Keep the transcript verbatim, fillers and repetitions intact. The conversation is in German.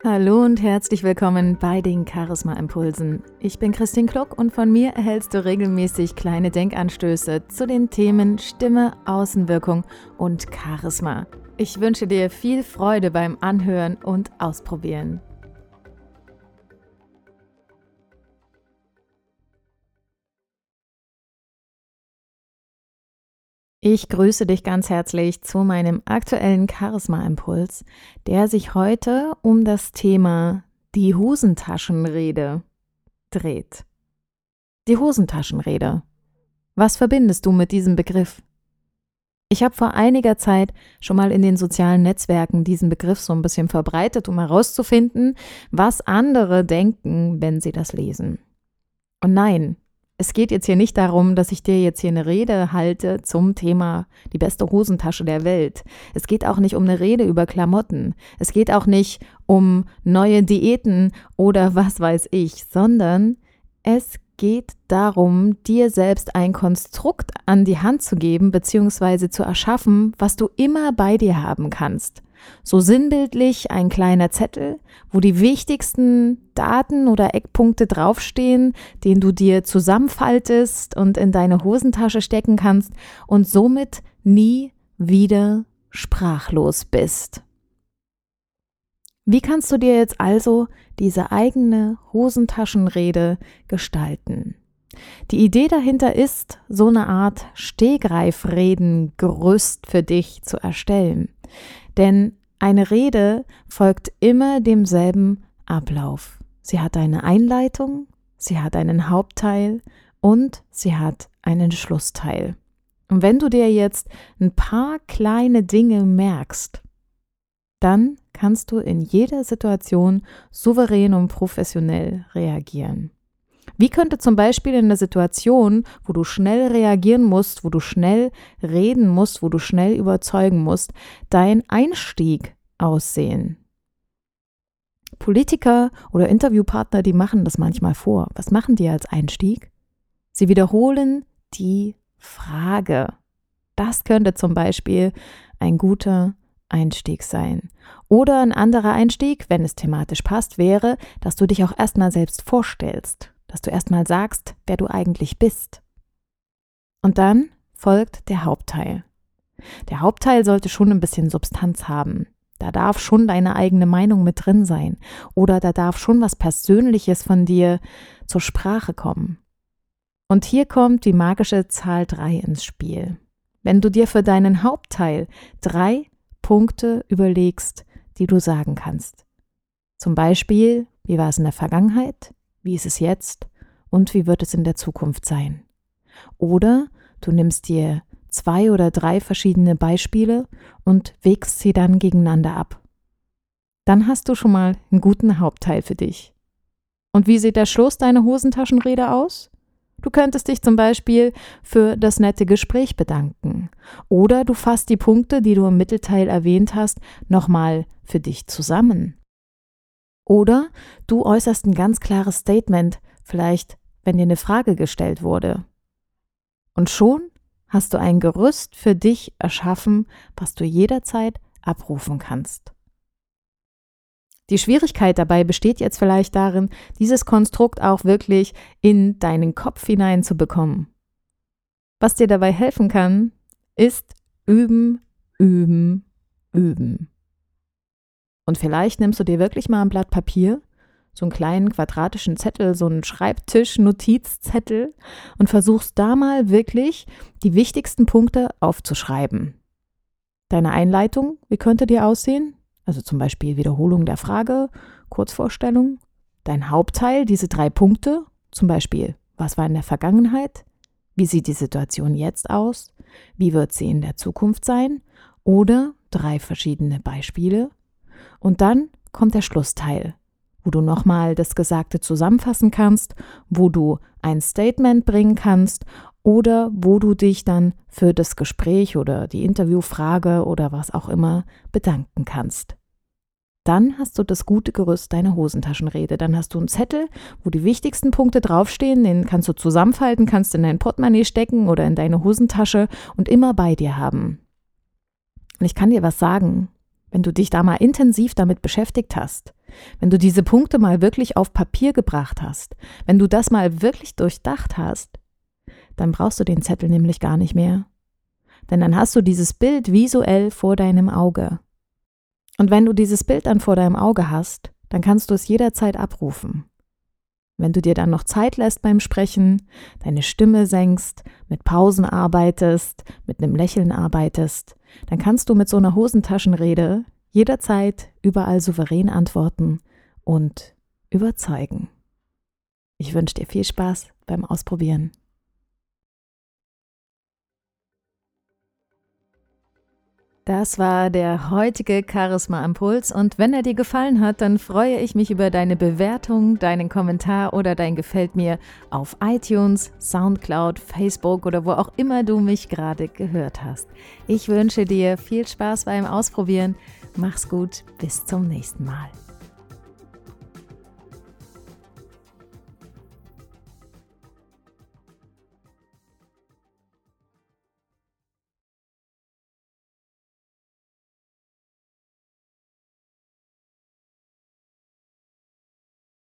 Hallo und herzlich willkommen bei den Charisma-Impulsen. Ich bin Christine Kluck und von mir erhältst du regelmäßig kleine Denkanstöße zu den Themen Stimme, Außenwirkung und Charisma. Ich wünsche dir viel Freude beim Anhören und Ausprobieren. Ich grüße dich ganz herzlich zu meinem aktuellen Charisma-Impuls, der sich heute um das Thema die Hosentaschenrede dreht. Die Hosentaschenrede. Was verbindest du mit diesem Begriff? Ich habe vor einiger Zeit schon mal in den sozialen Netzwerken diesen Begriff so ein bisschen verbreitet, um herauszufinden, was andere denken, wenn sie das lesen. Und nein, es geht jetzt hier nicht darum, dass ich dir jetzt hier eine Rede halte zum Thema die beste Hosentasche der Welt. Es geht auch nicht um eine Rede über Klamotten. Es geht auch nicht um neue Diäten oder was weiß ich, sondern es geht darum, dir selbst ein Konstrukt an die Hand zu geben bzw. zu erschaffen, was du immer bei dir haben kannst. So sinnbildlich ein kleiner Zettel, wo die wichtigsten Daten oder Eckpunkte draufstehen, den du dir zusammenfaltest und in deine Hosentasche stecken kannst und somit nie wieder sprachlos bist. Wie kannst du dir jetzt also diese eigene Hosentaschenrede gestalten? Die Idee dahinter ist, so eine Art Stegreifreden-Gerüst für dich zu erstellen. Denn eine Rede folgt immer demselben Ablauf. Sie hat eine Einleitung, sie hat einen Hauptteil und sie hat einen Schlussteil. Und wenn du dir jetzt ein paar kleine Dinge merkst, dann kannst du in jeder Situation souverän und professionell reagieren. Wie könnte zum Beispiel in der Situation, wo du schnell reagieren musst, wo du schnell reden musst, wo du schnell überzeugen musst, dein Einstieg aussehen? Politiker oder Interviewpartner, die machen das manchmal vor. Was machen die als Einstieg? Sie wiederholen die Frage. Das könnte zum Beispiel ein guter Einstieg sein. Oder ein anderer Einstieg, wenn es thematisch passt, wäre, dass du dich auch erstmal selbst vorstellst. Dass du erstmal sagst, wer du eigentlich bist. Und dann folgt der Hauptteil. Der Hauptteil sollte schon ein bisschen Substanz haben. Da darf schon deine eigene Meinung mit drin sein. Oder da darf schon was Persönliches von dir zur Sprache kommen. Und hier kommt die magische Zahl drei ins Spiel. Wenn du dir für deinen Hauptteil drei Punkte überlegst, die du sagen kannst. Zum Beispiel, wie war es in der Vergangenheit? Wie ist es jetzt und wie wird es in der Zukunft sein? Oder du nimmst dir zwei oder drei verschiedene Beispiele und wägst sie dann gegeneinander ab. Dann hast du schon mal einen guten Hauptteil für dich. Und wie sieht der Schluss deiner Hosentaschenrede aus? Du könntest dich zum Beispiel für das nette Gespräch bedanken. Oder du fasst die Punkte, die du im Mittelteil erwähnt hast, nochmal für dich zusammen. Oder du äußerst ein ganz klares Statement, vielleicht wenn dir eine Frage gestellt wurde. Und schon hast du ein Gerüst für dich erschaffen, was du jederzeit abrufen kannst. Die Schwierigkeit dabei besteht jetzt vielleicht darin, dieses Konstrukt auch wirklich in deinen Kopf hinein zu bekommen. Was dir dabei helfen kann, ist üben, üben, üben. Und vielleicht nimmst du dir wirklich mal ein Blatt Papier, so einen kleinen quadratischen Zettel, so einen Schreibtisch-Notizzettel und versuchst da mal wirklich die wichtigsten Punkte aufzuschreiben. Deine Einleitung, wie könnte die aussehen? Also zum Beispiel Wiederholung der Frage, Kurzvorstellung. Dein Hauptteil, diese drei Punkte, zum Beispiel, was war in der Vergangenheit? Wie sieht die Situation jetzt aus? Wie wird sie in der Zukunft sein? Oder drei verschiedene Beispiele. Und dann kommt der Schlussteil, wo du nochmal das Gesagte zusammenfassen kannst, wo du ein Statement bringen kannst oder wo du dich dann für das Gespräch oder die Interviewfrage oder was auch immer bedanken kannst. Dann hast du das gute Gerüst deiner Hosentaschenrede. Dann hast du einen Zettel, wo die wichtigsten Punkte draufstehen, den kannst du zusammenfalten, kannst in dein Portemonnaie stecken oder in deine Hosentasche und immer bei dir haben. Und ich kann dir was sagen, wenn du dich da mal intensiv damit beschäftigt hast, Wenn du diese Punkte mal wirklich auf Papier gebracht hast, wenn du das mal wirklich durchdacht hast, dann brauchst du den Zettel nämlich gar nicht mehr. Denn dann hast du dieses Bild visuell vor deinem Auge. Und wenn du dieses Bild dann vor deinem Auge hast, dann kannst du es jederzeit abrufen. Wenn du dir dann noch Zeit lässt beim Sprechen, deine Stimme senkst, mit Pausen arbeitest, mit einem Lächeln arbeitest, dann kannst du mit so einer Hosentaschenrede jederzeit überall souverän antworten und überzeugen. Ich wünsche dir viel Spaß beim Ausprobieren. Das war der heutige Charisma-Impuls und wenn er dir gefallen hat, dann freue ich mich über deine Bewertung, deinen Kommentar oder dein Gefällt mir auf iTunes, Soundcloud, Facebook oder wo auch immer du mich gerade gehört hast. Ich wünsche dir viel Spaß beim Ausprobieren. Mach's gut, bis zum nächsten Mal.